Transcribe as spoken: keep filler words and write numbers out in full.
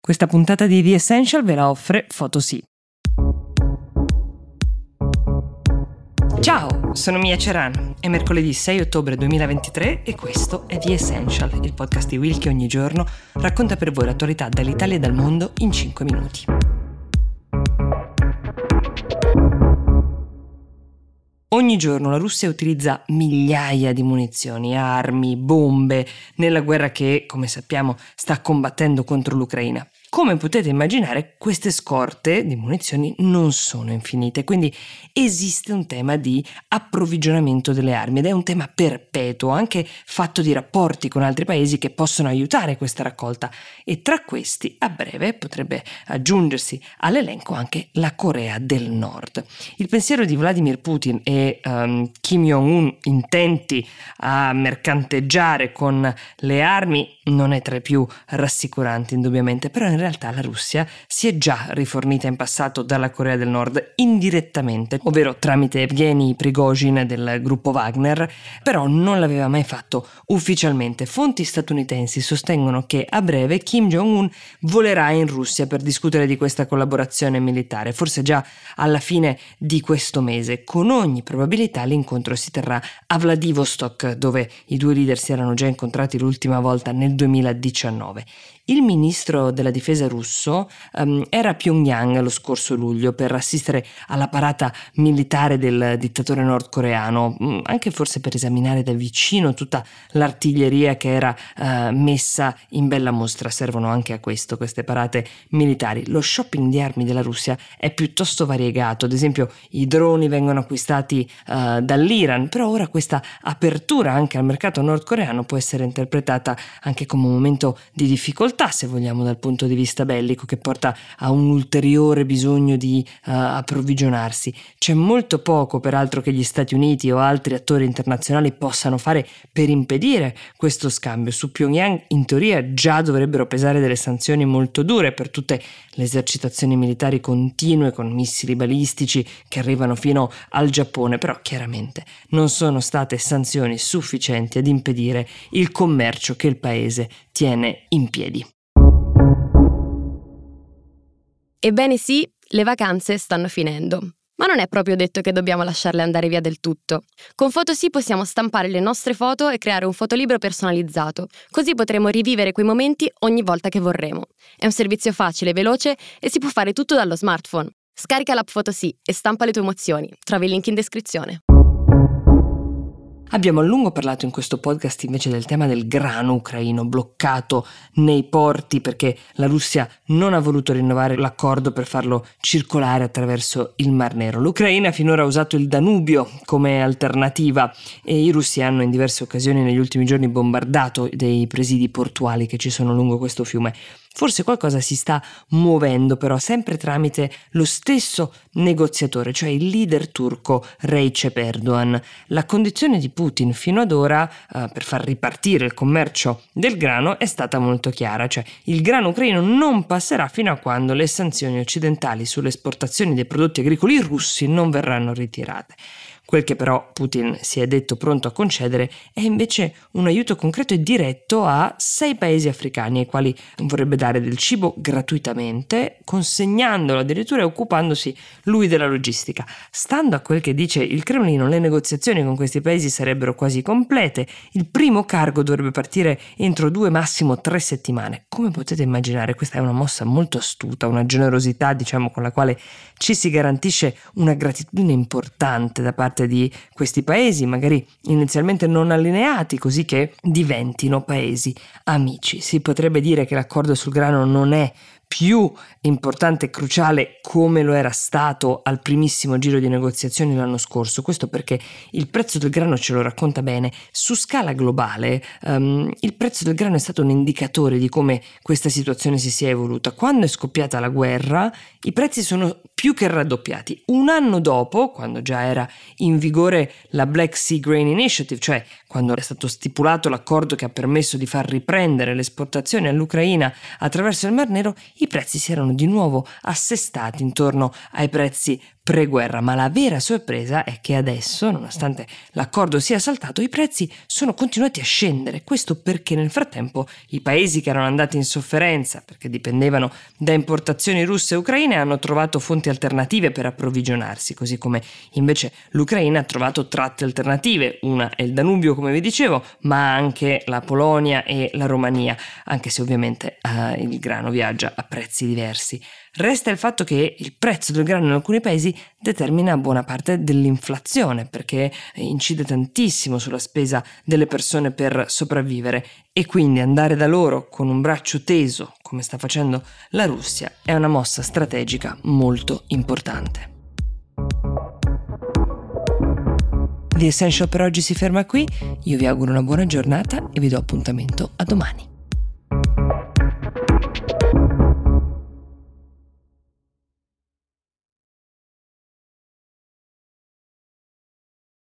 Questa puntata di The Essential ve la offre Photosea. Ciao, sono Mia Ceran, è mercoledì sei ottobre duemilaventitré e questo è The Essential, il podcast di Will che ogni giorno racconta per voi l'attualità dall'Italia e dal mondo in cinque minuti. Ogni giorno la Russia utilizza migliaia di munizioni, armi, bombe nella guerra che, come sappiamo, sta combattendo contro l'Ucraina. Come potete immaginare, queste scorte di munizioni non sono infinite, quindi esiste un tema di approvvigionamento delle armi ed è un tema perpetuo, anche fatto di rapporti con altri paesi che possono aiutare questa raccolta, e tra questi a breve potrebbe aggiungersi all'elenco anche la Corea del Nord. Il pensiero di Vladimir Putin e um, Kim Jong-un intenti a mercanteggiare con le armi non è tra i più rassicuranti indubbiamente, però in In realtà la Russia si è già rifornita in passato dalla Corea del Nord indirettamente, ovvero tramite Evgeny Prigozhin del gruppo Wagner, però non l'aveva mai fatto ufficialmente. Fonti statunitensi sostengono che a breve Kim Jong-un volerà in Russia per discutere di questa collaborazione militare, forse già alla fine di questo mese. Con ogni probabilità l'incontro si terrà a Vladivostok, dove i due leader si erano già incontrati l'ultima volta nel duemiladiciannove. Il ministro della difesa russo um, era a Pyongyang lo scorso luglio per assistere alla parata militare del dittatore nordcoreano, um, anche forse per esaminare da vicino tutta l'artiglieria che era uh, messa in bella mostra. Servono anche a questo queste parate militari. Lo shopping di armi della Russia è piuttosto variegato, ad esempio i droni vengono acquistati uh, dall'Iran, però ora questa apertura anche al mercato nordcoreano può essere interpretata anche come un momento di difficoltà, se vogliamo, dal punto di vista bellico, che porta a un ulteriore bisogno di uh, approvvigionarsi. C'è molto poco, peraltro, che gli Stati Uniti o altri attori internazionali possano fare per impedire questo scambio. Su Pyongyang, in teoria, già dovrebbero pesare delle sanzioni molto dure per tutte le esercitazioni militari continue con missili balistici che arrivano fino al Giappone, però chiaramente non sono state sanzioni sufficienti ad impedire il commercio che il paese tiene in piedi. Ebbene sì, le vacanze stanno finendo, ma non è proprio detto che dobbiamo lasciarle andare via del tutto. Con Photosea possiamo stampare le nostre foto e creare un fotolibro personalizzato, così potremo rivivere quei momenti ogni volta che vorremo. È un servizio facile, veloce e si può fare tutto dallo smartphone. Scarica l'app Photosea e stampa le tue emozioni. Trovi il link in descrizione. Abbiamo a lungo parlato in questo podcast invece del tema del grano ucraino bloccato nei porti perché la Russia non ha voluto rinnovare l'accordo per farlo circolare attraverso il Mar Nero. L'Ucraina finora ha usato il Danubio come alternativa e i russi hanno in diverse occasioni negli ultimi giorni bombardato dei presidi portuali che ci sono lungo questo fiume. Forse qualcosa si sta muovendo, però sempre tramite lo stesso negoziatore, cioè il leader turco Recep Erdogan. La condizione di Putin fino ad ora eh, per far ripartire il commercio del grano è stata molto chiara, cioè il grano ucraino non passerà fino a quando le sanzioni occidentali sulle esportazioni dei prodotti agricoli russi non verranno ritirate. Quel che però Putin si è detto pronto a concedere è invece un aiuto concreto e diretto a sei paesi africani ai quali vorrebbe dare del cibo gratuitamente, consegnandolo addirittura e occupandosi lui della logistica. Stando a quel che dice il Cremlino, le negoziazioni con questi paesi sarebbero quasi complete. Il primo cargo dovrebbe partire entro due, massimo tre settimane. Come potete immaginare, questa è una mossa molto astuta, una generosità, diciamo, con la quale ci si garantisce una gratitudine importante da parte di questi paesi, magari inizialmente non allineati, così che diventino paesi amici. Si potrebbe dire che l'accordo sul grano non è più importante e cruciale come lo era stato al primissimo giro di negoziazioni l'anno scorso. Questo perché il prezzo del grano ce lo racconta bene. Su scala globale um, il prezzo del grano è stato un indicatore di come questa situazione si sia evoluta. Quando è scoppiata la guerra i prezzi sono più che raddoppiati. Un anno dopo, quando già era in vigore la Black Sea Grain Initiative, cioè quando è stato stipulato l'accordo che ha permesso di far riprendere le esportazioni all'Ucraina attraverso il Mar Nero, i prezzi si erano di nuovo assestati intorno ai prezzi pre-guerra, ma la vera sorpresa è che adesso, nonostante l'accordo sia saltato, i prezzi sono continuati a scendere. Questo perché nel frattempo i paesi che erano andati in sofferenza perché dipendevano da importazioni russe e ucraine hanno trovato fonti alternative per approvvigionarsi, così come invece l'Ucraina ha trovato tratte alternative. Una è il Danubio, come vi dicevo, ma anche la Polonia e la Romania, anche se ovviamente eh, il grano viaggia a prezzi diversi. Resta il fatto che il prezzo del grano in alcuni paesi determina buona parte dell'inflazione, perché incide tantissimo sulla spesa delle persone per sopravvivere, e quindi andare da loro con un braccio teso, come sta facendo la Russia, è una mossa strategica molto importante. The Essential per oggi si ferma qui, io vi auguro una buona giornata e vi do appuntamento a domani.